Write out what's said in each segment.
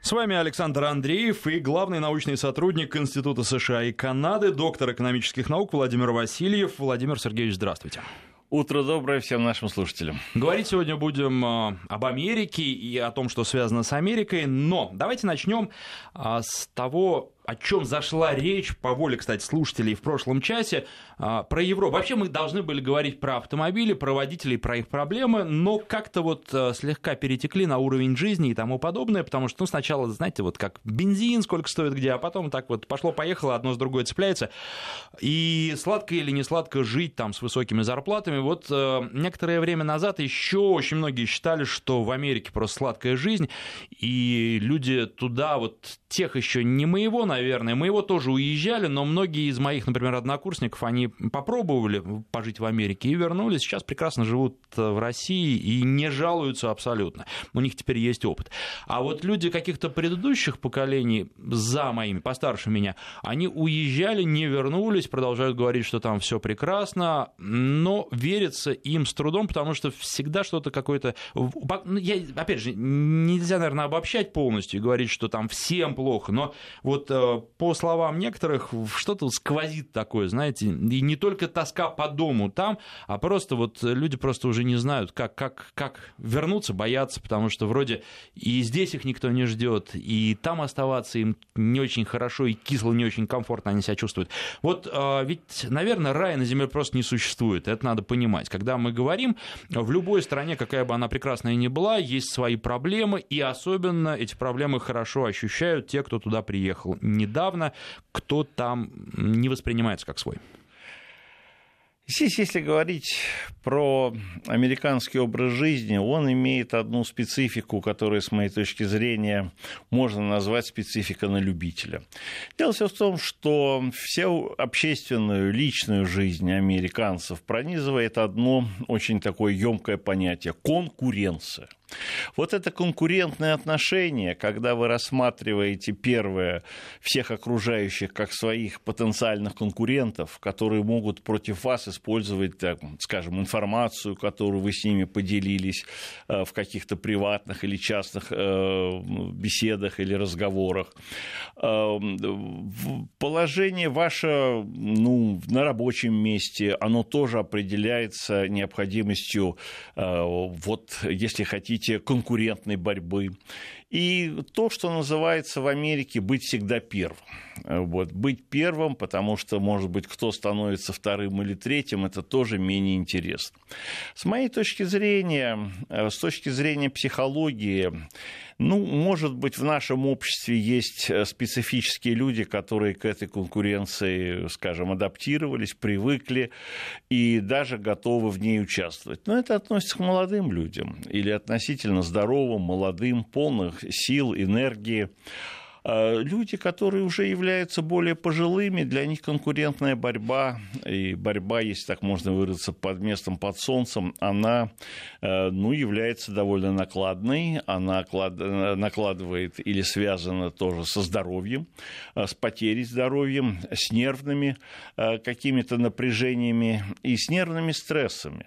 С вами Александр Андреев и главный научный сотрудник Института США и Канады, доктор экономических наук Владимир Васильев. Владимир Сергеевич, здравствуйте. Утро доброе всем нашим слушателям. Говорить сегодня будем об Америке и о том, что связано с Америкой, но давайте начнем с того, о чем зашла речь, по воле, кстати, слушателей в прошлом часе, про Европу. Вообще мы должны были говорить про автомобили, про водителей, про их проблемы, но как-то вот слегка перетекли на уровень жизни и тому подобное, потому что, сначала, знаете, вот как бензин, сколько стоит где, а потом так вот пошло-поехало, одно с другой цепляется, и сладко или не сладко жить там с высокими зарплатами. Вот некоторое время назад еще очень многие считали, что в Америке просто сладкая жизнь, и люди туда, вот тех еще не моего, наверное, мы его тоже уезжали, но многие из моих, например, однокурсников, они попробовали пожить в Америке и вернулись, сейчас прекрасно живут в России и не жалуются абсолютно. У них теперь есть опыт. А вот люди каких-то предыдущих поколений, за моими, постарше меня, они уезжали, не вернулись, продолжают говорить, что там все прекрасно, но верится им с трудом, потому что всегда что-то какое-то... Опять же, нельзя, наверное, обобщать полностью и говорить, что там всем плохо, но вот по словам некоторых, что-то сквозит такое, знаете, и не только тоска по дому там, а просто вот люди просто уже не знают, как вернуться, боятся, потому что вроде и здесь их никто не ждет, и там оставаться им не очень хорошо, и кисло, не очень комфортно они себя чувствуют. Вот ведь, наверное, рая на земле просто не существует, это надо понимать. Когда мы говорим, в любой стране, какая бы она прекрасная ни была, есть свои проблемы, и особенно эти проблемы хорошо ощущают те, кто туда приехал недавно, кто там не воспринимается как свой. Здесь, если говорить про американский образ жизни, он имеет одну специфику, которую, с моей точки зрения, можно назвать спецификой на любителя. Дело все в том, что всю общественную, личную жизнь американцев пронизывает одно очень такое ёмкое понятие – конкуренция. Вот это конкурентное отношение, когда вы рассматриваете, первое, всех окружающих как своих потенциальных конкурентов, которые могут против вас использовать, так, скажем, информацию, которую вы с ними поделились в каких-то приватных или частных беседах или разговорах. Положение ваше на рабочем месте, оно тоже определяется необходимостью, вот, если хотите, конкурентной борьбы. И то, что называется в Америке быть всегда первым. Вот. Быть первым, потому что, может быть, кто становится вторым или третьим, это тоже менее интересно. С моей точки зрения, с точки зрения психологии, может быть, в нашем обществе есть специфические люди, которые к этой конкуренции, скажем, адаптировались, привыкли и даже готовы в ней участвовать. Но это относится к молодым людям или относительно здоровым, молодым, полных сил, энергии. Люди, которые уже являются более пожилыми, для них конкурентная борьба, и борьба, если так можно выразиться, под местом, под солнцем, она является довольно накладной, она накладывает или связана тоже со здоровьем, с потерей здоровья, с нервными какими-то напряжениями и с нервными стрессами.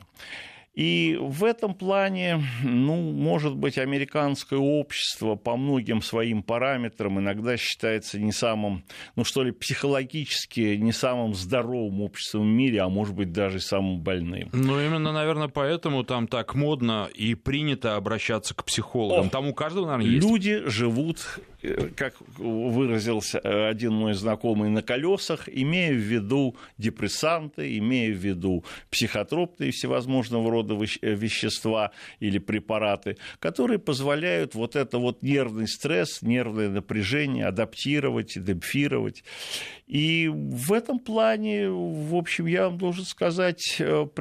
И в этом плане, может быть, американское общество по многим своим параметрам иногда считается не самым, психологически не самым здоровым обществом в мире, а может быть, даже самым больным. Именно, наверное, поэтому там так модно и принято обращаться к психологам. Там у каждого, наверное, есть. Люди живут, как выразился один мой знакомый, на колесах, имея в виду депрессанты, имея в виду психотропные всевозможного рода вещества или препараты, которые позволяют вот это вот нервный стресс, нервное напряжение адаптировать, демпфировать. И в этом плане, в общем, я вам должен сказать,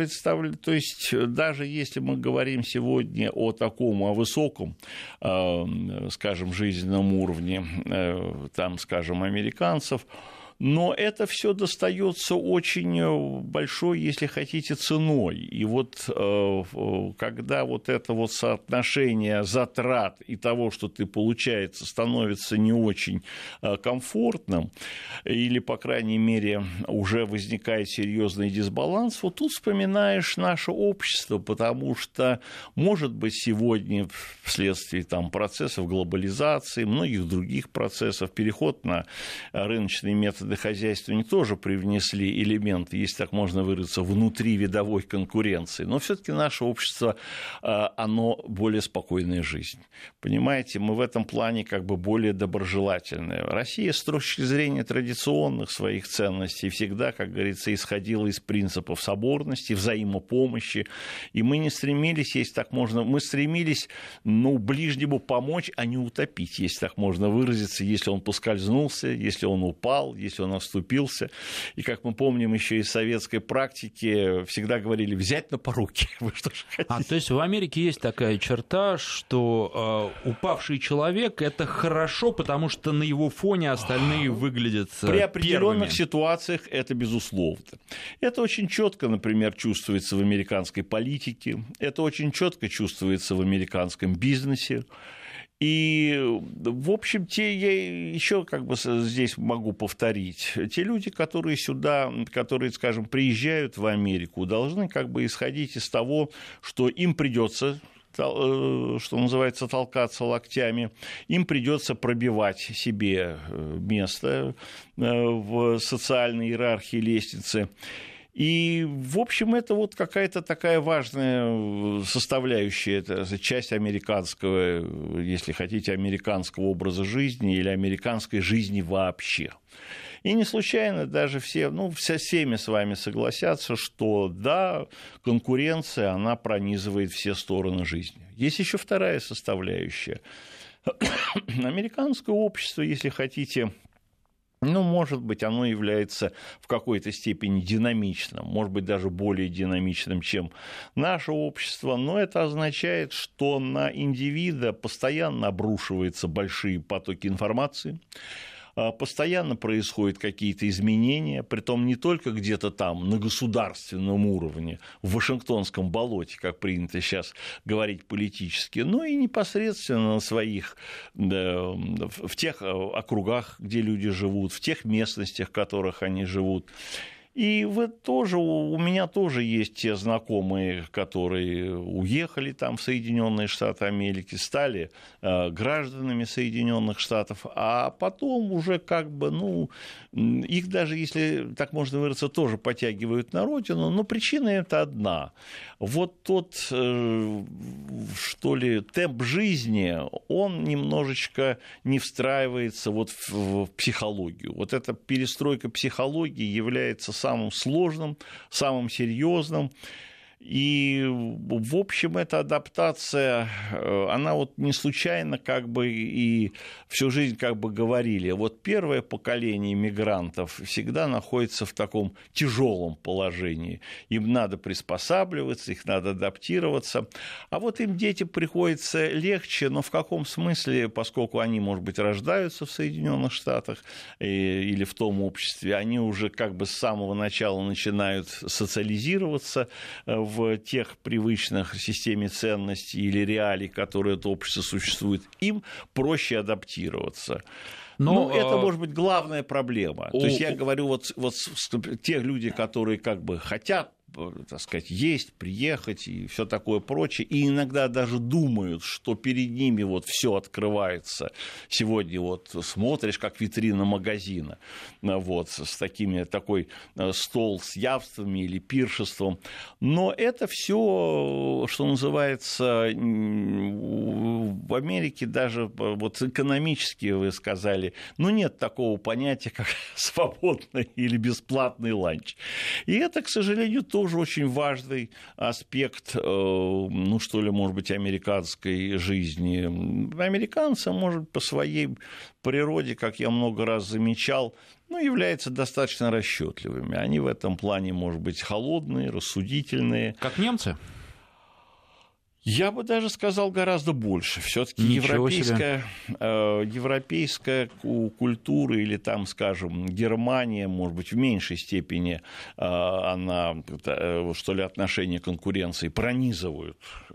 то есть даже если мы говорим сегодня о высоком, скажем, жизненном уровне, американцев, Но это все достается очень большой, если хотите, ценой. И вот когда вот это вот соотношение затрат и того, что ты получается, становится не очень комфортным, или, по крайней мере, уже возникает серьезный дисбаланс, вот тут вспоминаешь наше общество, потому что, может быть, сегодня вследствие там, процессов глобализации, многих других процессов, переход на рыночные методы хозяйствования тоже привнесли элементы, если так можно выразиться, внутривидовой конкуренции. Но все-таки наше общество, оно более спокойная жизнь. Понимаете, мы в этом плане как бы более доброжелательные. Россия с точки зрения традиционных своих ценностей всегда, как говорится, исходила из принципов соборности, взаимопомощи. И мы не стремились, если так можно, мы стремились, ближнему помочь, а не утопить, если так можно выразиться, если он поскользнулся, если он упал, если он оступился. И, как мы помним еще из советской практики, всегда говорили взять на поруки. Вы что же хотите? То есть в Америке есть такая черта, что упавший человек – это хорошо, потому что на его фоне остальные выглядят При определенных первыми. ситуациях это безусловно. Это очень четко, например, чувствуется в американской политике, это очень четко чувствуется в американском бизнесе. И, в общем, я еще как бы здесь могу повторить, те люди, которые сюда, которые, скажем, приезжают в Америку, должны как бы исходить из того, что им придется, что называется, толкаться локтями, им придется пробивать себе место в социальной иерархии лестницы. И, в общем, это вот какая-то такая важная составляющая, это часть американского, если хотите, американского образа жизни или американской жизни вообще. И не случайно даже всеми с вами согласятся, что да, конкуренция, она пронизывает все стороны жизни. Есть еще вторая составляющая. Американское общество, если хотите, может быть, оно является в какой-то степени динамичным, может быть, даже более динамичным, чем наше общество, но это означает, что на индивида постоянно обрушиваются большие потоки информации, постоянно происходят какие-то изменения, притом не только где-то там, на государственном уровне, в Вашингтонском болоте, как принято сейчас говорить политически, но и непосредственно на своих, в тех округах, где люди живут, в тех местностях, в которых они живут. И у меня тоже есть те знакомые, которые уехали там в Соединенные Штаты Америки, стали гражданами Соединенных Штатов, а потом уже как бы, их даже, если так можно выразиться, тоже подтягивают на родину, но причина это одна. Вот тот, что ли, темп жизни, он немножечко не встраивается вот в психологию. Вот эта перестройка психологии является самым сложным, самым серьезным. И, в общем, эта адаптация, она вот не случайно как бы и всю жизнь как бы говорили. Вот первое поколение мигрантов всегда находится в таком тяжелом положении. Им надо приспосабливаться, их надо адаптироваться. А вот им дети приходится легче, но в каком смысле, поскольку они, может быть, рождаются в Соединенных Штатах или в том обществе, они уже как бы с самого начала начинают социализироваться в тех привычных системе ценностей или реалий, которые это общество существует, им проще адаптироваться. Но это может быть главная проблема. То есть я говорю, вот те люди, которые как бы хотят, так сказать, есть, приехать и все такое прочее, и иногда даже думают, что перед ними вот все открывается. Сегодня вот смотришь, как витрина магазина, вот, с такой стол с явствами или пиршеством. Но это все, что называется, в Америке даже вот экономически, вы сказали, нет такого понятия, как свободный или бесплатный ланч. И это, к сожалению, тоже очень важный аспект, может быть, американской жизни. Американцы, может, по своей природе, как я много раз замечал, являются достаточно расчетливыми. Они в этом плане, может быть, холодные, рассудительные. Как немцы? Я бы даже сказал гораздо больше. Все-таки европейская культура или там, скажем, Германия, может быть, в меньшей степени она, что ли, отношения конкуренции пронизывают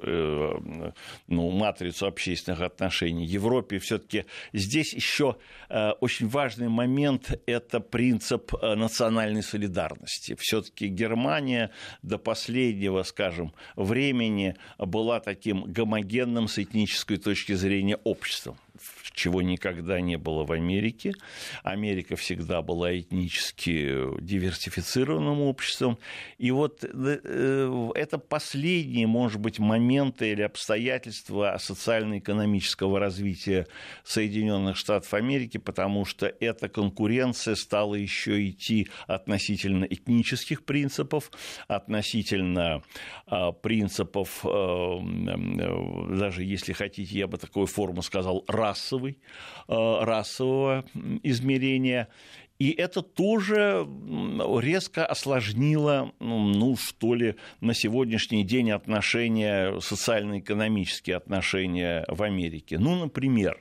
матрицу общественных отношений. В Европе все-таки здесь еще очень важный момент – это принцип национальной солидарности. Все-таки Германия до последнего, скажем, времени была таким гомогенным с этнической точки зрения обществом, чего никогда не было в Америке. Америка всегда была этнически диверсифицированным обществом. И вот это последние, может быть, моменты или обстоятельства социально-экономического развития Соединенных Штатов Америки, потому что эта конкуренция стала еще идти относительно этнических принципов, относительно принципов, даже если хотите, я бы такую форму сказал, расового измерения. И это тоже резко осложнило, что ли, на сегодняшний день отношения, социально-экономические отношения в Америке. Например,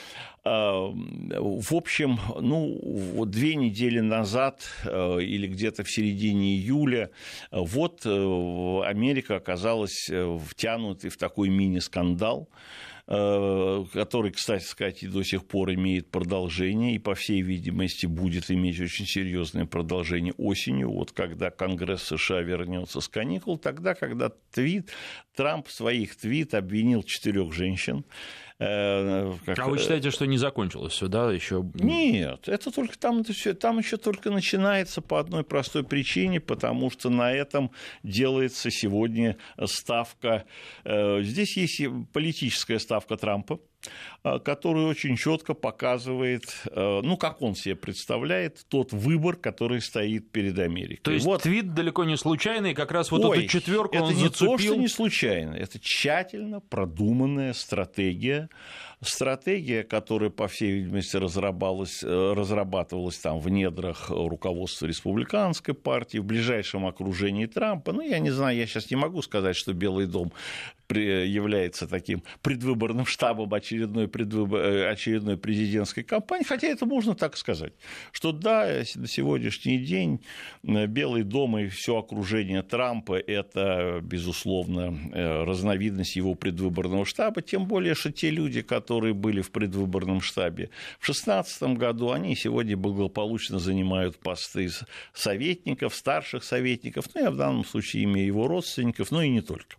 в общем, 2 недели назад или где-то в середине июля Америка оказалась втянутой в такой мини-скандал, который, кстати сказать, и до сих пор имеет продолжение и, по всей видимости, будет иметь очень серьезное продолжение осенью, когда Конгресс США вернется с каникул, тогда, когда Трамп в своих твитах обвинил 4 женщин. А вы считаете, что не закончилось все, да? Еще... Нет, это только там еще только начинается по одной простой причине, потому что на этом делается сегодня ставка. Здесь есть политическая ставка Трампа, который очень четко показывает, как он себе представляет тот выбор, который стоит перед Америкой. То есть твит далеко не случайный, как раз эту 4 он зацепил. Это не то, что не случайно, это тщательно продуманная стратегия, которая, по всей видимости, разрабатывалась там в недрах руководства республиканской партии, в ближайшем окружении Трампа. Я не знаю, я сейчас не могу сказать, что Белый дом является таким предвыборным штабом очередной президентской кампании, хотя это можно так сказать, что да, на сегодняшний день Белый дом и все окружение Трампа – это, безусловно, разновидность его предвыборного штаба, тем более, что те люди, которые были в предвыборном штабе в 2016 году, они сегодня благополучно занимают посты советников, старших советников, я в данном случае имею его родственников, и не только.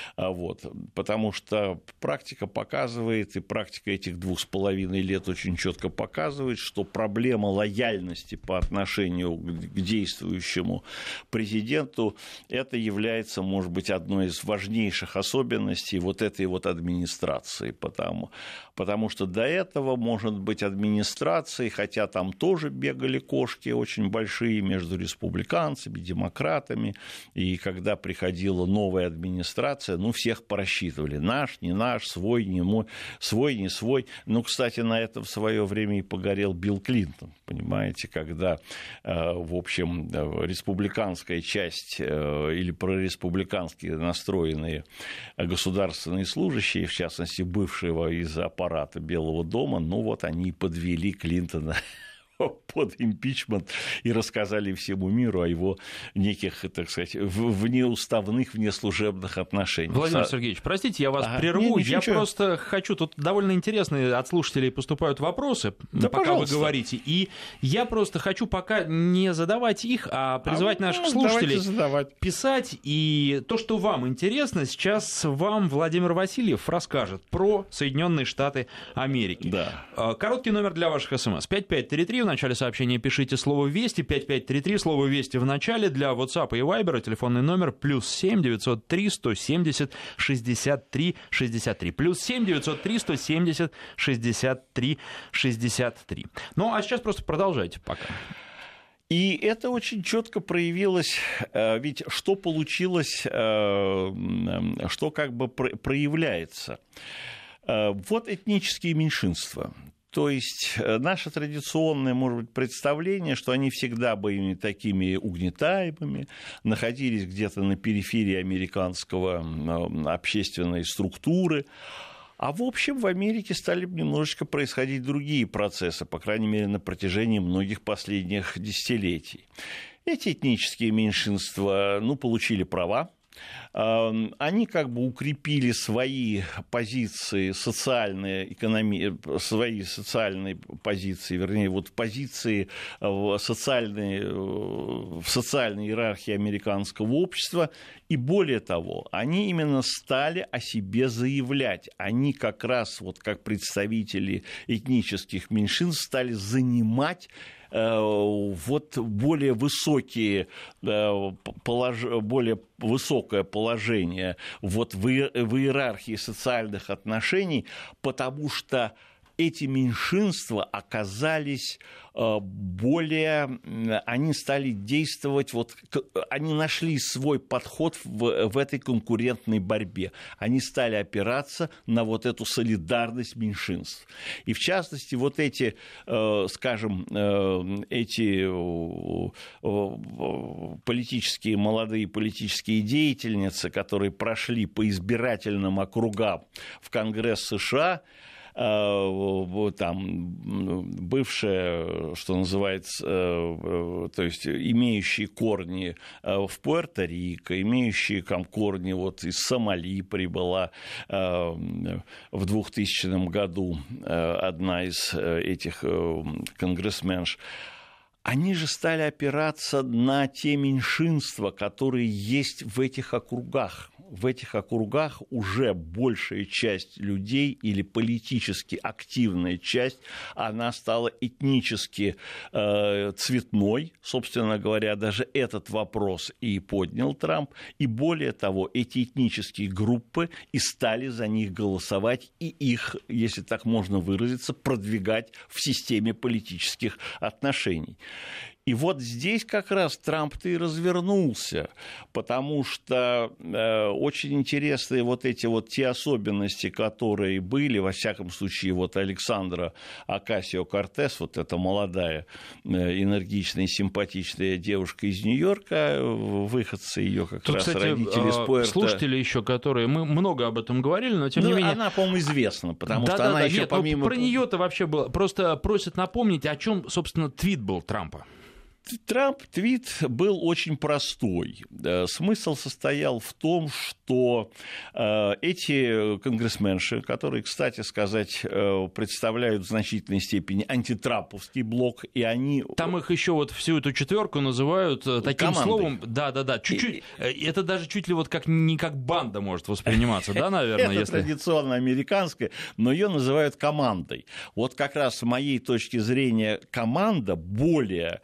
Потому что практика показывает, и практика этих 2,5 лет очень четко показывает, что проблема лояльности по отношению к действующему президенту, это является, может быть, одной из важнейших особенностей этой администрации. Потому что до этого, может быть, администрации, хотя там тоже бегали кошки очень большие между республиканцами, демократами, и когда приходила новая администрация, всех просчитывали. Наш, не наш, свой, не мой, свой, не свой. Кстати, на это в свое время и погорел Билл Клинтон, понимаете, когда, в общем, республиканская часть или прореспубликански настроенные государственные служащие, в частности, бывшего из аппарата Белого дома, они подвели Клинтона под импичмент и рассказали всему миру о его неких, так сказать, внеуставных, внеслужебных отношениях. Владимир Сергеевич, простите, я вас прерву. Я просто хочу, тут довольно интересные от слушателей поступают вопросы, пока вы говорите, и я просто хочу пока не задавать их, а призывать наших слушателей писать, и то, что вам интересно, сейчас вам Владимир Васильев расскажет про Соединенные Штаты Америки. Да. Короткий номер для ваших смс. 5533. В начале сообщения пишите слово «Вести», 5533, слово «Вести» в начале. Для WhatsApp и Viber телефонный номер +7 903 170 63 63. +7 903 170 63 63. А сейчас просто продолжайте пока. И это очень четко проявилось, ведь что получилось, что проявляется. Этнические меньшинства. То есть наше традиционное, может быть, представление, что они всегда были такими угнетаемыми, находились где-то на периферии американского общественной структуры. А в общем, в Америке стали немножечко происходить другие процессы, по крайней мере, на протяжении многих последних десятилетий. Эти этнические меньшинства, получили права. Они как бы укрепили свои позиции свои социальные позиции, вернее, вот позиции в социальной иерархии американского общества. И более того, они именно стали о себе заявлять. Они как раз, вот как представители этнических меньшинств, стали занимать более высокое положение в иерархии социальных отношений, потому что эти меньшинства оказались они стали действовать, они нашли свой подход в этой конкурентной борьбе. Они стали опираться на эту солидарность меньшинств. И в частности, эти молодые политические деятельницы, которые прошли по избирательным округам в Конгресс США, бывшие, что называется, то есть имеющие корни в Пуэрто-Рико, имеющие корни из Сомали прибыла в 2000 году одна из этих конгрессменш. Они же стали опираться на те меньшинства, которые есть в этих округах. В этих округах уже большая часть людей или политически активная часть, она стала этнически цветной. Собственно говоря, даже этот вопрос и поднял Трамп. И более того, эти этнические группы и стали за них голосовать и их, если так можно выразиться, продвигать в системе политических отношений. И здесь как раз Трамп-то и развернулся, потому что очень интересные те особенности, которые были, во всяком случае, Александра Окасио-Кортес, эта молодая, энергичная, симпатичная девушка из Нью-Йорка, выходцы ее как тут, раз кстати, родители из Пуэрто. Слушатели еще, которые, мы много об этом говорили, но тем не менее... Она, по-моему, известна, потому что она еще помимо... про нее-то вообще было, просто просят напомнить, о чем, собственно, твит был Трампа. Твит был очень простой. Смысл состоял в том, что эти конгрессменши, которые, кстати сказать, представляют в значительной степени антитрамповский блок, и они... Там их еще всю эту четверку называют таким командой. Словом... Да, чуть-чуть. Это даже чуть ли не как банда может восприниматься, да, наверное? Это традиционно американское, но ее называют командой. Как раз с моей точки зрения команда более...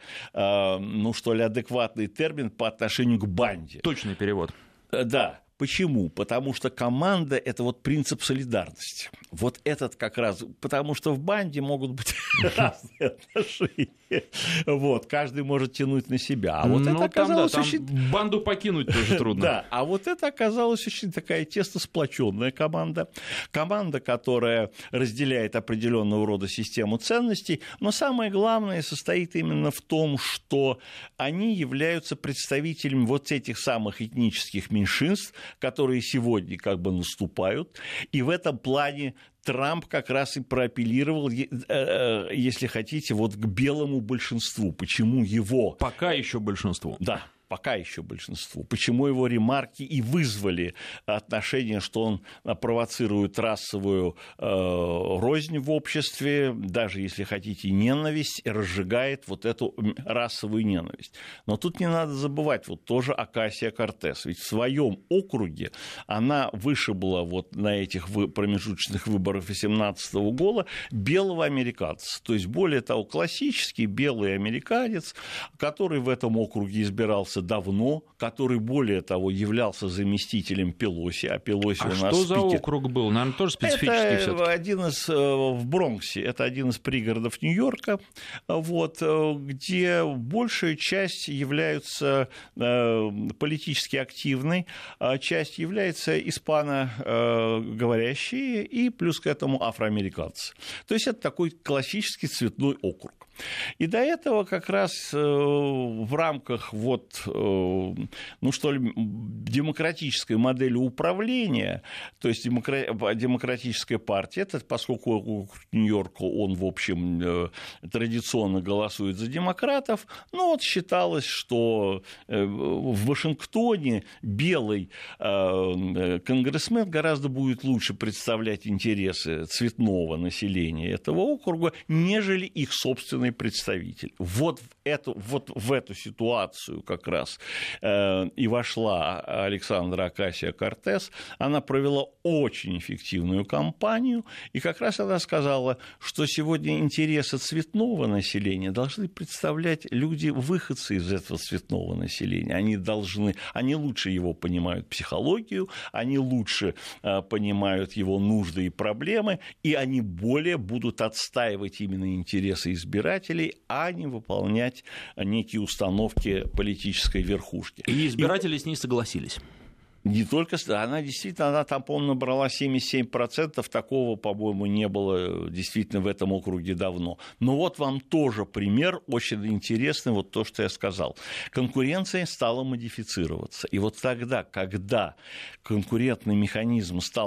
адекватный термин по отношению к банде. Точный перевод. Да. Почему? Потому что команда – это принцип солидарности. Этот как раз, потому что в банде могут быть разные отношения. Каждый может тянуть на себя. А это оказалось очень... банду покинуть тоже трудно. Да, а это оказалась очень такая тесно-сплоченная команда. Команда, которая разделяет определенного рода систему ценностей, но самое главное состоит именно в том, что они являются представителями этих самых этнических меньшинств, которые сегодня наступают, и в этом плане Трамп как раз и проапеллировал, если хотите, к белому большинству. Почему его... Пока еще большинству. Да. Пока еще большинству. Почему его ремарки и вызвали отношение, что он провоцирует расовую рознь в обществе, даже, если хотите, ненависть, и разжигает эту расовую ненависть. Но тут не надо забывать, тоже Окасио-Кортес. Ведь в своем округе она вышибла на этих промежуточных выборах 2018 года белого американца. То есть, более того, классический белый американец, который в этом округе избирался давно, который, более того, являлся заместителем Пелоси, а Пелоси у нас что за спикер. округ был? Наверное, тоже специфический Это всё-таки. один из, в Бронксе, это один из пригородов Нью-Йорка, вот, где большая часть являются политически активной, а часть является испаноговорящие и плюс к этому афроамериканцы. То есть это такой классический цветной округ. И до этого как раз в рамках демократической модели управления, то есть демократическая партия, это, поскольку округ Нью-Йорка, он, в общем, традиционно голосует за демократов, считалось, что в Вашингтоне белый конгрессмен гораздо будет лучше представлять интересы цветного населения этого округа, нежели их собственный представитель. Вот в эту ситуацию как раз и вошла Александра Окасио-Кортес. Она провела очень эффективную кампанию, и как раз она сказала, что сегодня интересы цветного населения должны представлять люди-выходцы из этого цветного населения. Они лучше его понимают психологию, они лучше понимают его нужды и проблемы, и они более будут отстаивать именно интересы избирателей, а не выполнять некие установки политической верхушки. И избиратели с ней согласились. Не только, она там, по-моему, набрала 77%, такого, по-моему, не было действительно в этом округе давно. Но вот вам тоже пример очень интересный, вот то, что я сказал. Конкуренция стала модифицироваться. И вот тогда, когда конкурентный механизм стал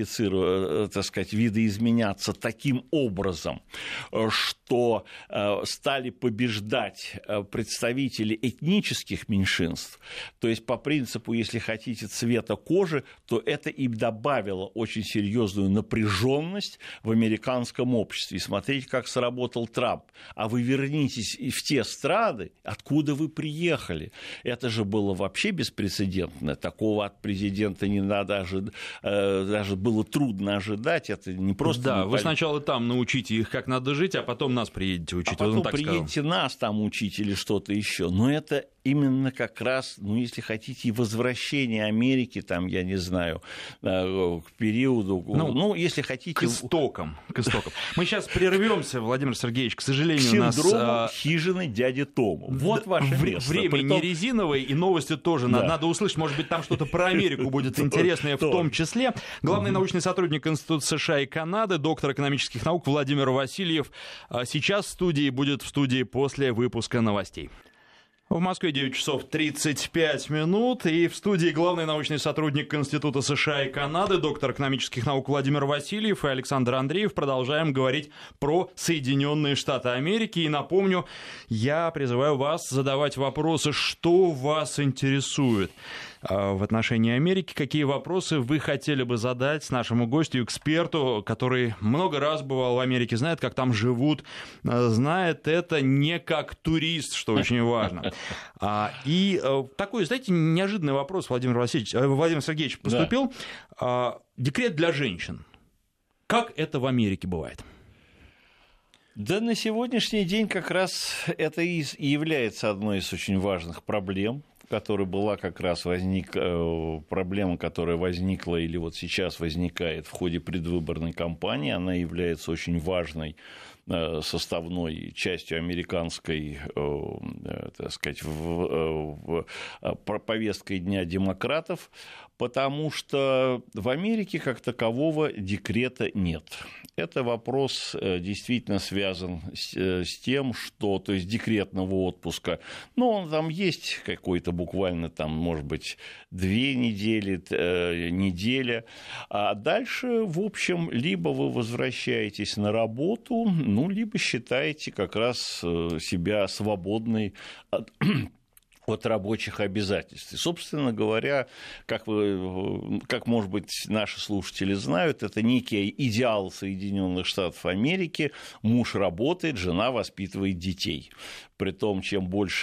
видоизменяться таким образом, что стали побеждать представители этнических меньшинств, то есть по принципу, если хотите, цвета кожи, то это им добавило очень серьезную напряженность в американском обществе. И смотрите, как сработал Трамп. А вы вернитесь в те страны, откуда вы приехали. Это же было вообще беспрецедентно. Такого от президента не надо даже было трудно ожидать. Это не просто... Да, вы сначала там научите их, как надо жить, а потом нас приедете учить. А потом приедете нас там учить или что-то еще. Но это именно как раз, если хотите, и возвращение Америки, там, я не знаю, к периоду, если хотите... К истокам. Мы сейчас прервемся, Владимир Сергеевич, к сожалению, у нас... Синдром хижины дяди Тома. Вот ваше место. Время не резиновое, и новости тоже надо услышать. Может быть, там что-то про Америку будет интересное в том числе. Главный научный сотрудник Института США и Канады, доктор экономических наук Владимир Васильев сейчас будет в студии после выпуска новостей. В Москве 9 часов 35 минут, и в студии главный научный сотрудник Института США и Канады, доктор экономических наук Владимир Васильев и Александр Андреев. Продолжаем говорить про Соединенные Штаты Америки. И напомню, я призываю вас задавать вопросы, что вас интересует в отношении Америки, какие вопросы вы хотели бы задать нашему гостю, эксперту, который много раз бывал в Америке, знает, как там живут, знает это не как турист, что очень важно. И такой, знаете, неожиданный вопрос, Владимир Сергеевич поступил. Да. Декрет для женщин. Как это в Америке бывает? Да, на сегодняшний день как раз это и является одной из очень важных проблем, которая была как раз проблема, которая возникла или вот сейчас возникает в ходе предвыборной кампании, она является очень важной составной частью американской, так сказать, повестки дня демократов, потому что в Америке как такового декрета нет. Это вопрос действительно связан с тем, что, то есть декретного отпуска, он там есть какой-то буквально, там, может быть, 2 недели, неделя, а дальше, в общем, либо вы возвращаетесь на работу, либо считаете как раз себя свободной от рабочих обязательств. И, собственно говоря, как, может быть, наши слушатели знают, это некий идеал Соединенных Штатов Америки. Муж работает, жена воспитывает детей. Притом, чем больше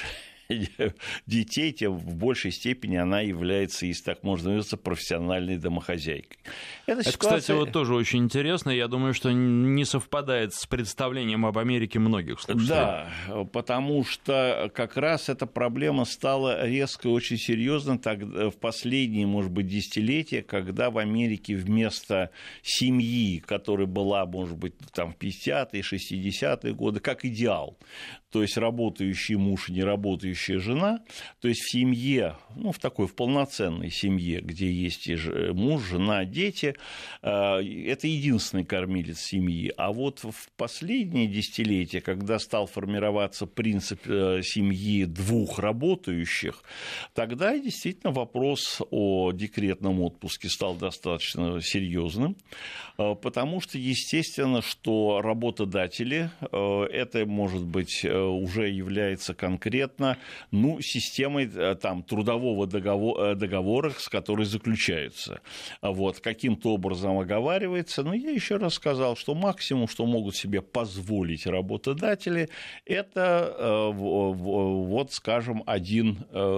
детей, тем в большей степени она является, если так можно выразиться, профессиональной домохозяйкой. Это, кстати, вот тоже очень интересно. Я думаю, что не совпадает с представлением об Америке многих слушателей. Да, потому что как раз эта проблема стала резко очень серьезной в последние, может быть, десятилетия, когда в Америке вместо семьи, которая была, может быть, там, в 50-е, 60-е годы, как идеал, то есть работающий муж и неработающая жена, то есть в семье, в такой, в полноценной семье, где есть и муж, жена, дети, это единственный кормилец семьи. А вот в последние десятилетия, когда стал формироваться принцип семьи двух работающих, тогда действительно вопрос о декретном отпуске стал достаточно серьезным, потому что, естественно, что работодатели, это может быть уже является конкретно системой там, трудового договора, с которой заключаются. Вот, каким-то образом оговаривается. Но я еще раз сказал, что максимум, что могут себе позволить работодатели, это, вот, скажем, один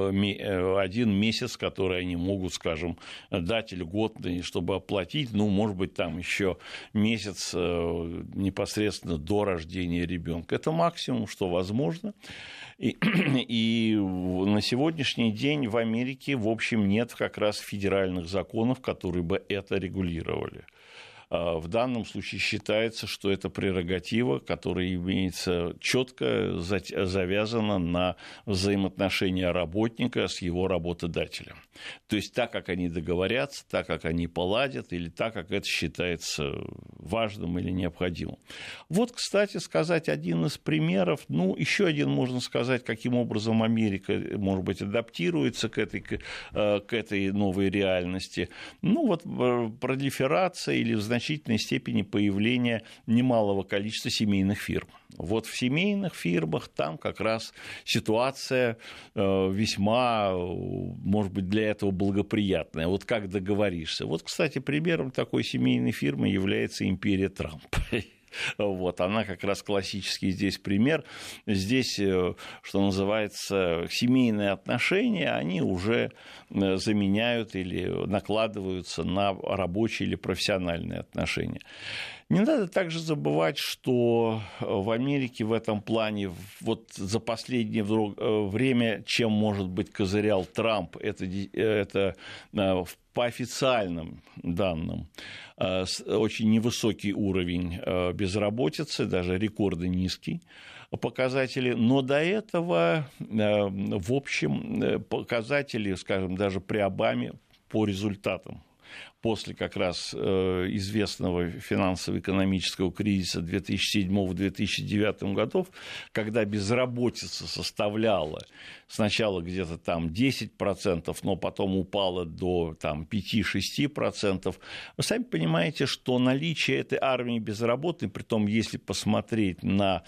месяц, который они могут, скажем, дать льготный, чтобы оплатить, может быть, там еще месяц непосредственно до рождения ребенка. Это максимум, что возможно. И на сегодняшний день в Америке, в общем, нет как раз федеральных законов, которые бы это регулировали. В данном случае считается, что это прерогатива, которая имеется четко завязана на взаимоотношения работника с его работодателем. То есть так, как они договорятся, так, как они поладят, или так, как это считается важным или необходимым. Вот, кстати, сказать один из примеров, еще один можно сказать, каким образом Америка, может быть, адаптируется к этой новой реальности. Пролиферация или в значительной степени появление немалого количества семейных фирм. Вот в семейных фирмах там как раз ситуация весьма, может быть, для этого благоприятная. Вот как договоришься. Вот, кстати, примером такой семейной фирмы является империя Трамп. Вот, она как раз классический здесь пример. Здесь, что называется, семейные отношения, они уже заменяют или накладываются на рабочие или профессиональные отношения. Не надо также забывать, что в Америке в этом плане вот за последнее время, чем, может быть, козырял Трамп, это по официальным данным очень невысокий уровень безработицы, даже рекордно низкий показатели, но до этого, в общем, показатели, скажем, даже при Обаме по результатам. После как раз известного финансово-экономического кризиса 2007-2009 годов, когда безработица составляла сначала где-то там 10%, но потом упала до там, 5-6%, вы сами понимаете, что наличие этой армии безработной, притом если посмотреть на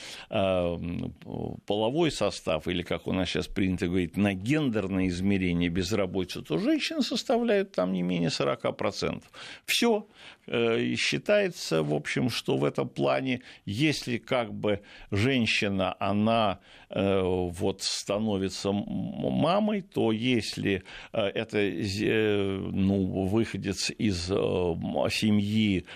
половой состав, или как у нас сейчас принято говорить, на гендерное измерение безработицы, то женщины составляют там не менее 40%. Все считается, в общем, что в этом плане, если как бы женщина, она вот становится мамой, то если это выходец из семьи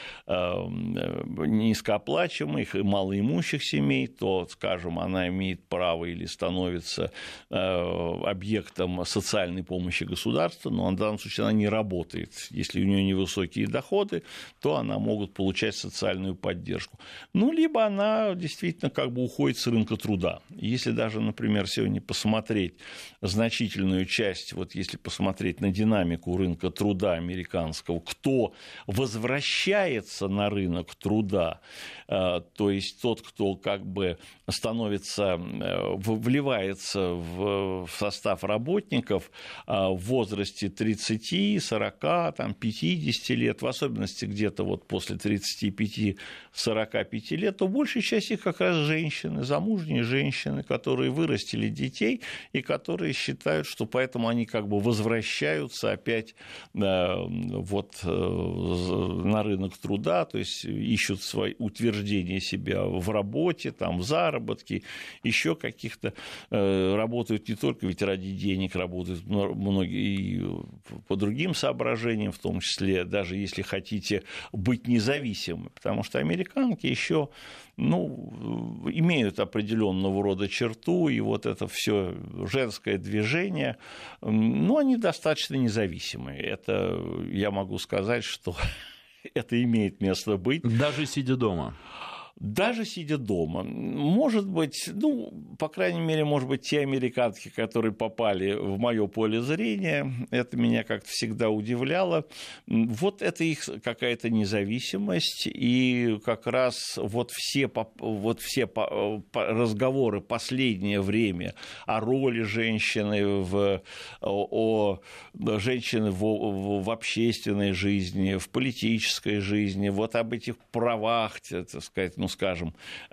низкооплачиваемых и малоимущих семей, то, скажем, она имеет право или становится объектом социальной помощи государства, но в данном случае она не работает. Если у нее невысокие доходы, то она может получать социальную поддержку. Либо она действительно как бы уходит с рынка труда. Если даже, например, сегодня посмотреть значительную часть, вот если посмотреть на динамику рынка труда американского, кто возвращается на рынок труда, то есть тот, кто как бы становится, вливается в состав работников в возрасте 30, 40, 50 50 лет, в особенности где-то вот после 35-45 лет, то большая часть их как раз женщины, замужние женщины, которые вырастили детей и которые считают, что поэтому они как бы возвращаются опять вот на рынок труда, то есть ищут свои утверждения себя в работе, там, в заработке, еще каких-то, работают не только ведь ради денег, работают многие и по другим соображениям, в том числе, даже если хотите быть независимым, потому что американки еще имеют определенного рода черту, и вот это все женское движение, они достаточно независимые. Это я могу сказать, что это имеет место быть. Даже сидя дома. Даже сидя дома. Может быть, по крайней мере, может быть, те американки, которые попали в мое поле зрения, это меня как-то всегда удивляло. Вот это их какая-то независимость, и как раз вот все разговоры последнее время о роли женщины, о женщины в общественной жизни, в политической жизни, вот об этих правах, так сказать, скажем,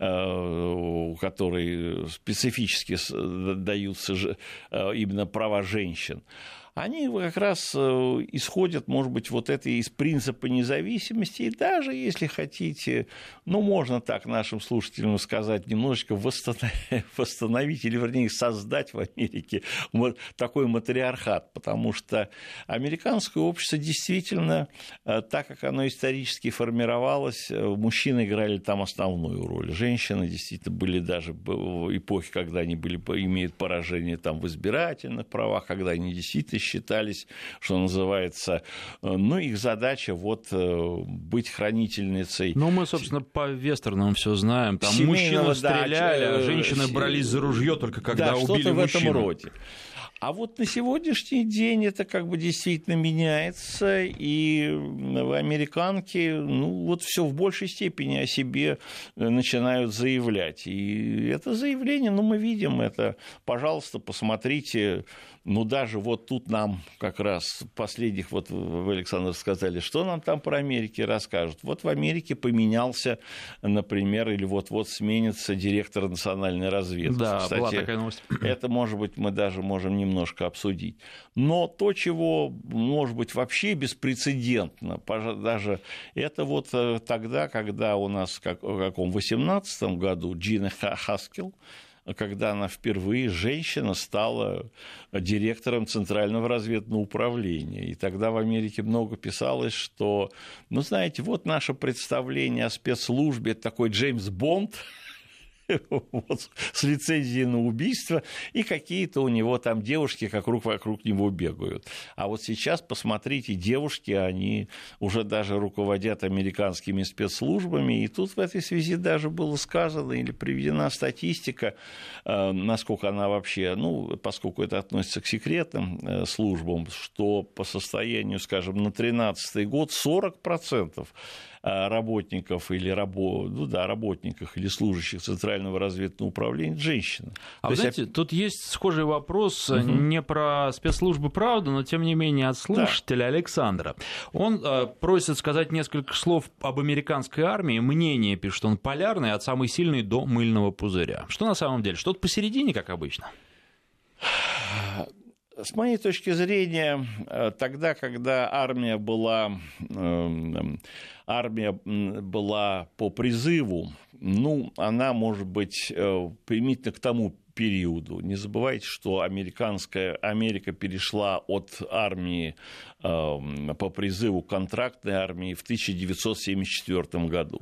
которые специфически даются именно права женщин, они как раз исходят, может быть, вот это из принципа независимости, и даже, если хотите, можно так нашим слушателям сказать, немножечко восстановить, или, вернее, создать в Америке такой матриархат, потому что американское общество действительно, так как оно исторически формировалось, мужчины играли там основную роль, женщины действительно были даже в эпохе, когда они имеют поражение там в избирательных правах, когда они действительно считались, что называется, их задача быть хранительницей. Мы, собственно, по вестернам все знаем. Там мужчины стреляли, а женщины брались за ружье только когда убили мужчину. Что-то в этом роде. А вот на сегодняшний день это как бы действительно меняется, и американки, все в большей степени о себе начинают заявлять. И это заявление, мы видим это, пожалуйста, посмотрите, даже вот тут нам как раз последних, вы, Александр, сказали, что нам там про Америку расскажут. Вот в Америке поменялся, например, или вот-вот сменится директор национальной разведки. Да, кстати, была такая новость. Это, может быть, мы даже можем немножко обсудить. Но то, чего, может быть, вообще беспрецедентно, даже это вот тогда, когда у нас, в 2018 году, Джина Хаскел, когда она впервые, женщина, стала директором Центрального разведного управления. И тогда в Америке много писалось, что, знаете, вот наше представление о спецслужбе, это такой Джеймс Бонд, с лицензией на убийство, и какие-то у него там девушки вокруг него бегают. А вот сейчас, посмотрите, девушки, они уже даже руководят американскими спецслужбами, и тут в этой связи даже было сказано или приведена статистика, насколько она вообще, поскольку это относится к секретным службам, что по состоянию, скажем, на 2013 год 40% работников или работников или служащих Центрального разведного управления женщины. А вы знаете, тут есть схожий вопрос не про спецслужбы, правда, но тем не менее от слушателя Александра. Он просит сказать несколько слов об американской армии. Мнение, пишет он, полярное, от самой сильной до мыльного пузыря. Что на самом деле? Что-то посередине, как обычно? С моей точки зрения, тогда, когда армия была по призыву, она, может быть, применительно к тому периоду. Не забывайте, что Америка перешла от армии по призыву к контрактной армии в 1974 году.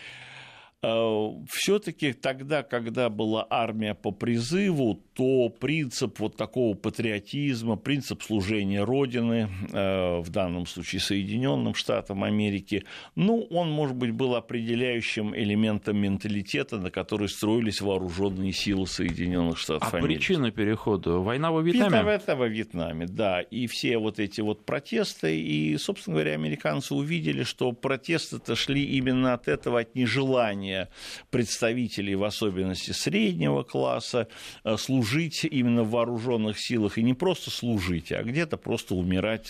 Все-таки тогда, когда была армия по призыву, то принцип вот такого патриотизма, принцип служения Родины, в данном случае Соединенным Штатам Америки, он, может быть, был определяющим элементом менталитета, на который строились вооруженные силы Соединенных Штатов Америки. А причина перехода? Война во Вьетнаме? Во Вьетнаме, да. И все вот эти вот протесты, и, собственно говоря, американцы увидели, что протесты-то шли именно от этого, от нежелания желание представителей, в особенности среднего класса, служить именно в вооруженных силах, и не просто служить, а где-то просто умирать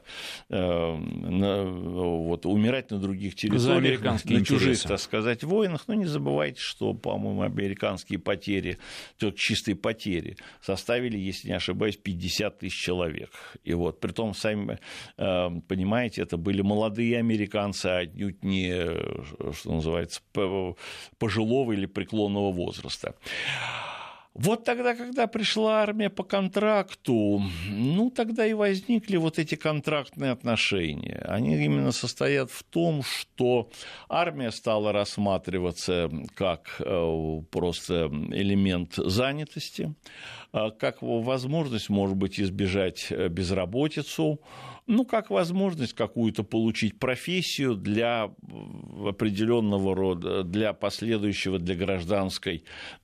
умирать на других территориях, на чужих, так сказать, войнах. Но не забывайте, что, по-моему, американские потери, чистые потери, составили, если не ошибаюсь, 50 тысяч человек. И вот, притом, сами понимаете, это были молодые американцы, а отнюдь не, что называется, пожилого или преклонного возраста. Вот тогда, когда пришла армия по контракту, тогда и возникли вот эти контрактные отношения. Они именно состоят в том, что армия стала рассматриваться как просто элемент занятости, как возможность, может быть, избежать безработицу, как возможность какую-то получить профессию для определенного рода, для последующего, для гражданской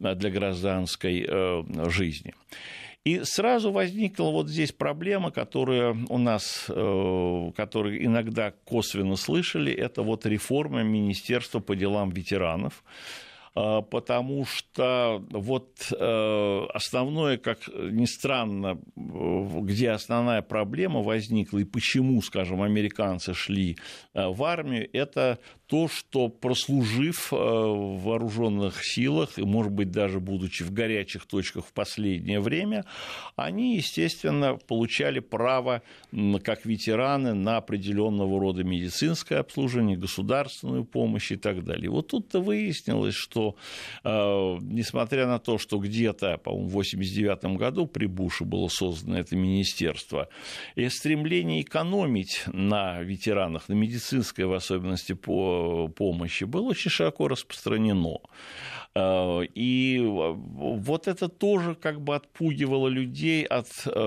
жизни. И сразу возникла вот здесь проблема, которая у нас, которую иногда косвенно слышали, это вот реформа Министерства по делам ветеранов. Потому что вот основное, как ни странно, где основная проблема возникла и почему, скажем, американцы шли в армию, это то, что, прослужив в вооруженных силах, и, может быть, даже будучи в горячих точках в последнее время, они, естественно, получали право, как ветераны, на определенного рода медицинское обслуживание, государственную помощь и так далее. Вот тут-то выяснилось, что несмотря на то, что где-то, по-моему, в 1989 году при Буше было создано это министерство, и стремление экономить на ветеранах, на медицинской, в особенности, помощи, было очень широко распространено. И вот это тоже как бы отпугивало людей от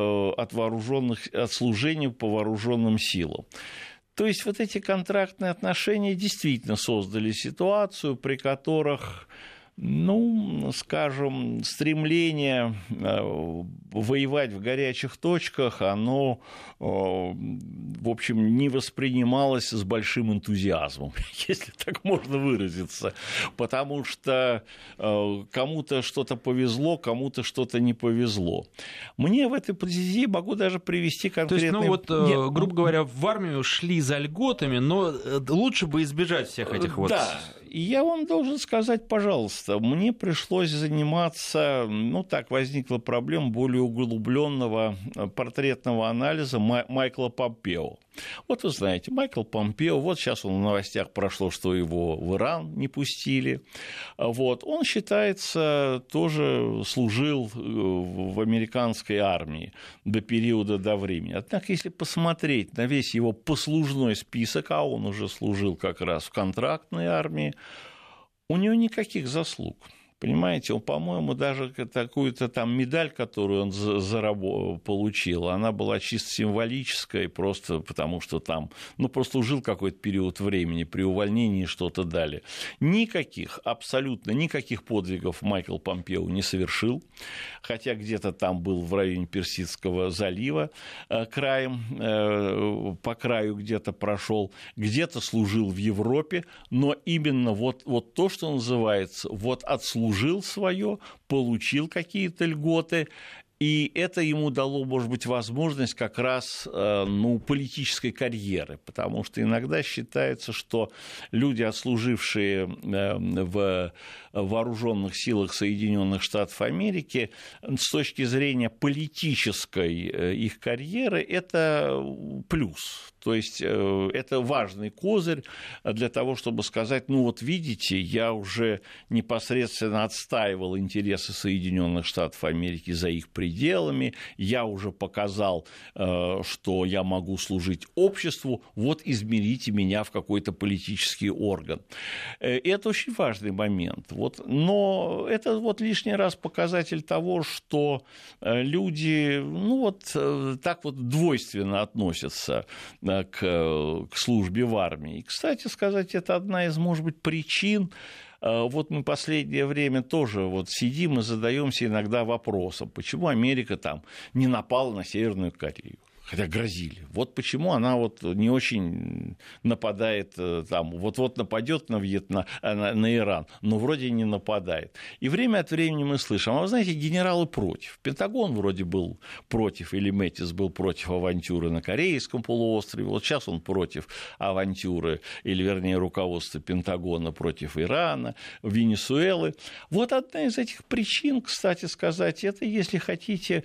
служения по вооруженным силам. То есть вот эти контрактные отношения действительно создали ситуацию, при которых, скажем, стремление воевать в горячих точках, оно, в общем, не воспринималось с большим энтузиазмом, если так можно выразиться, потому что кому-то что-то повезло, кому-то что-то не повезло. Мне в этой позиции могу даже привести конкретный... То есть, грубо говоря, в армию шли за льготами, но лучше бы избежать всех этих вот... Да, и я вам должен сказать, пожалуйста, мне пришлось заниматься, так возникла проблема более углубленного портретного анализа Майкла Помпео. Вот вы знаете, Майкл Помпео, вот сейчас он в новостях прошло, что его в Иран не пустили. Вот. Он считается, тоже служил в американской армии до периода до времени. Однако, если посмотреть на весь его послужной список, а он уже служил как раз в контрактной армии, у него никаких заслуг. Понимаете, он, по-моему, даже какую-то там медаль, которую он получил, она была чисто символическая, просто потому что там, прослужил какой-то период времени, при увольнении что-то дали. Абсолютно никаких подвигов Майкл Помпео не совершил, хотя где-то там был в районе Персидского залива краем, по краю где-то прошел, где-то служил в Европе, но именно вот то, что называется, отслужил свое, получил какие-то льготы, и это ему дало, может быть, возможность как раз политической карьеры, потому что иногда считается, что люди, отслужившие в вооруженных силах Соединенных Штатов Америки, с точки зрения политической их карьеры, это плюс. То есть это важный козырь для того, чтобы сказать, видите, я уже непосредственно отстаивал интересы Соединенных Штатов Америки за их пределами, я уже показал, что я могу служить обществу, измерите меня в какой-то политический орган. Это очень важный момент. Но это лишний раз показатель того, что люди так двойственно относятся к службе в армии. И, кстати сказать, это одна из, может быть, причин. Мы последнее время тоже сидим и задаемся иногда вопросом, почему Америка там не напала на Северную Корею. хотя грозили. Вот почему она вот не очень нападает там, вот нападет на Иран, но вроде не нападает. И время от времени мы слышим, а вы знаете, генералы против. Пентагон вроде был против, или Мэттис был против авантюры на Корейском полуострове, вот сейчас он против авантюры, или вернее руководства Пентагона против Ирана, Венесуэлы. Вот одна из этих причин, кстати сказать, это, если хотите,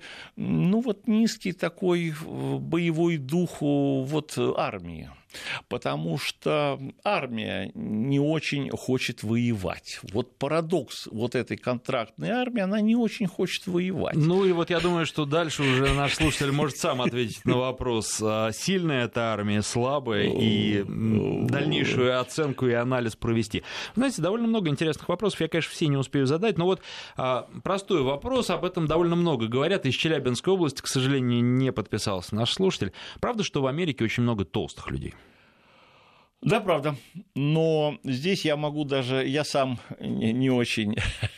низкий такой боевой дух армии. Потому что армия не очень хочет воевать. Вот парадокс вот этой контрактной армии, она не очень хочет воевать. Я думаю, что дальше уже наш слушатель может сам ответить на вопрос, сильная эта армия, слабая, и дальнейшую оценку и анализ провести. Знаете, довольно много интересных вопросов, я, конечно, все не успею задать, но простой вопрос, об этом довольно много говорят. Из Челябинской области, к сожалению, не подписался наш слушатель. Правда, что в Америке очень много толстых людей? Да, правда. Но здесь я сам не очень...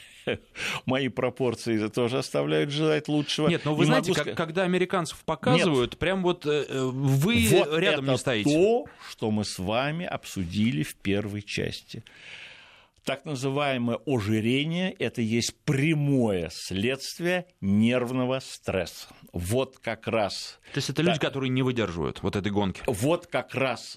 Мои пропорции тоже оставляют желать лучшего. Нет, но вы знаете, когда американцев показывают, прям вы рядом не стоите. Это то, что мы с вами обсудили в первой части. Так называемое ожирение – это есть прямое следствие нервного стресса. Вот как раз... То есть это люди, которые не выдерживают этой гонки? Вот как раз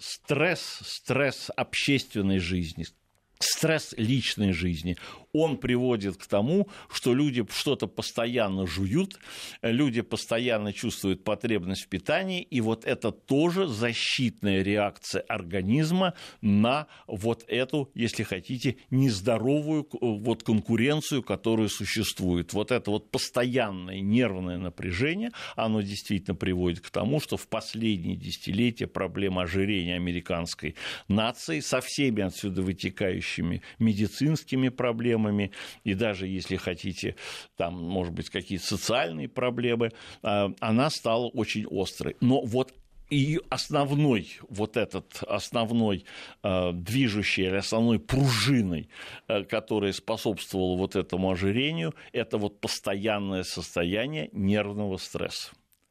стресс общественной жизни, стресс личной жизни, он приводит к тому, что люди что-то постоянно жуют, люди постоянно чувствуют потребность в питании, и это тоже защитная реакция организма на эту, если хотите, нездоровую конкуренцию, которая существует. Это постоянное нервное напряжение, оно действительно приводит к тому, что в последние десятилетия проблема ожирения американской нации со всеми отсюда вытекающими медицинскими проблемами, и даже, если хотите, там, может быть, какие-то социальные проблемы, она стала очень острой. Но и основной движущей или основной пружиной, которая способствовала этому ожирению, это постоянное состояние нервного стресса.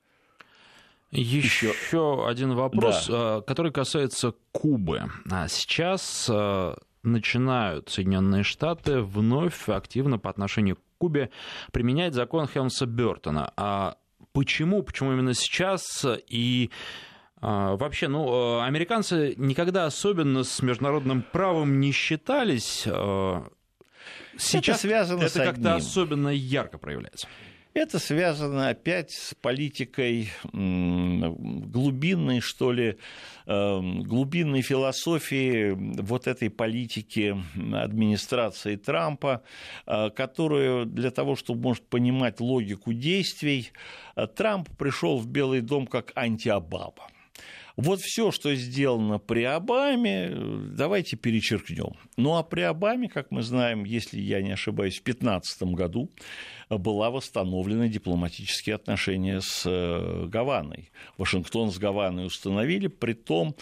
Еще один вопрос, да, который касается Кубы. Сейчас начинают Соединенные Штаты вновь активно по отношению к Кубе применять закон Хелмса-Бёртона. А почему именно сейчас? И вообще, американцы никогда особенно с международным правом не считались. Сейчас это как-то особенно ярко проявляется. Это связано опять с политикой глубинной, глубинной философии этой политики администрации Трампа, которую для того, чтобы, может, понимать логику действий, Трамп пришел в Белый дом как анти-Обама. Все, что сделано при Обаме, давайте перечеркнем. А при Обаме, как мы знаем, если я не ошибаюсь, в 2015 году была восстановлены дипломатические отношения с Гаваной. Вашингтон с Гаваной установили, притом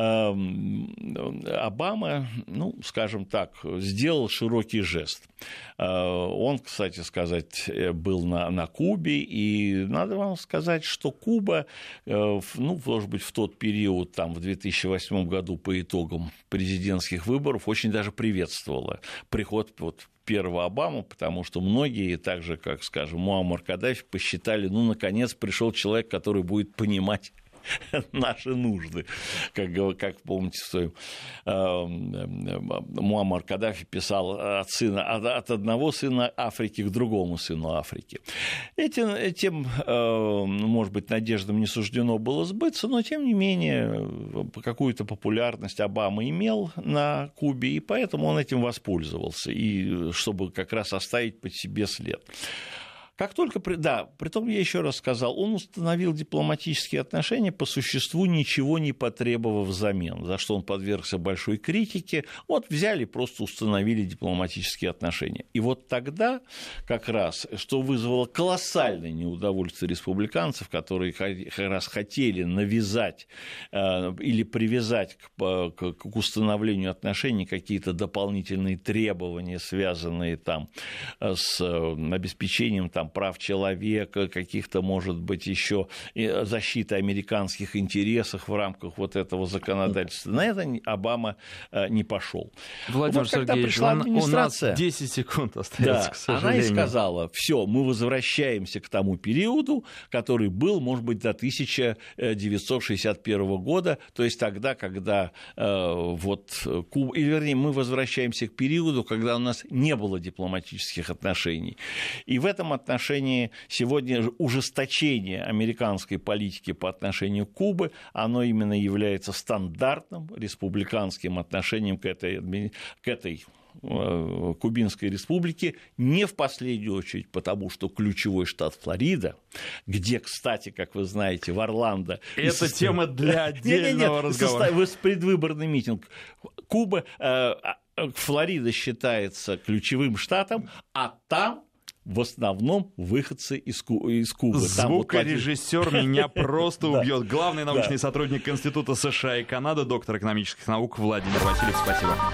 Обама, скажем так, сделал широкий жест. Он, кстати сказать, был на Кубе, и надо вам сказать, что Куба, может быть, в тот период, в 2008 году по итогам президентских выборов, очень даже приветствовала приход первого Обамы, потому что многие, так же, как, скажем, Муаммар Каддафи, посчитали, наконец пришел человек, который будет понимать наши нужды. Как помните, Муаммар Каддафи писал от одного сына Африки к другому сыну Африки. Этим, может быть, надеждам не суждено было сбыться, но, тем не менее, какую-то популярность Обама имел на Кубе, и поэтому он этим воспользовался, и чтобы как раз оставить по себе след. Как только, притом я еще раз сказал, он установил дипломатические отношения, по существу ничего не потребовав взамен, за что он подвергся большой критике. Взяли, просто установили дипломатические отношения. И тогда как раз, что вызвало колоссальное неудовольствие республиканцев, которые как раз хотели навязать или привязать к установлению отношений какие-то дополнительные требования, связанные с обеспечением там, прав человека, каких-то, может быть, еще защиты американских интересов в рамках вот этого законодательства. На это Обама не пошел. Владимир вот когда Сергеевич, пришла администрация, у нас 10 секунд остается, да, к сожалению. она и сказала: все, мы возвращаемся к тому периоду, который был, может быть, до 1961 года, то есть тогда, когда или, вернее, мы возвращаемся к периоду, когда у нас не было дипломатических отношений. И в этом отношении сегодня ужесточение американской политики по отношению к Кубе, оно именно является стандартным республиканским отношением к этой Кубинской республики, не в последнюю очередь потому, что ключевой штат Флорида, где, кстати, как вы знаете, в Орландо... Это тема для отдельного разговора. Предвыборный митинг. Флорида считается ключевым штатом, а там в основном выходцы из Кубы. Звукорежиссер меня просто убьет. Главный научный сотрудник Института США и Канады, доктор экономических наук Владимир Васильев. Спасибо.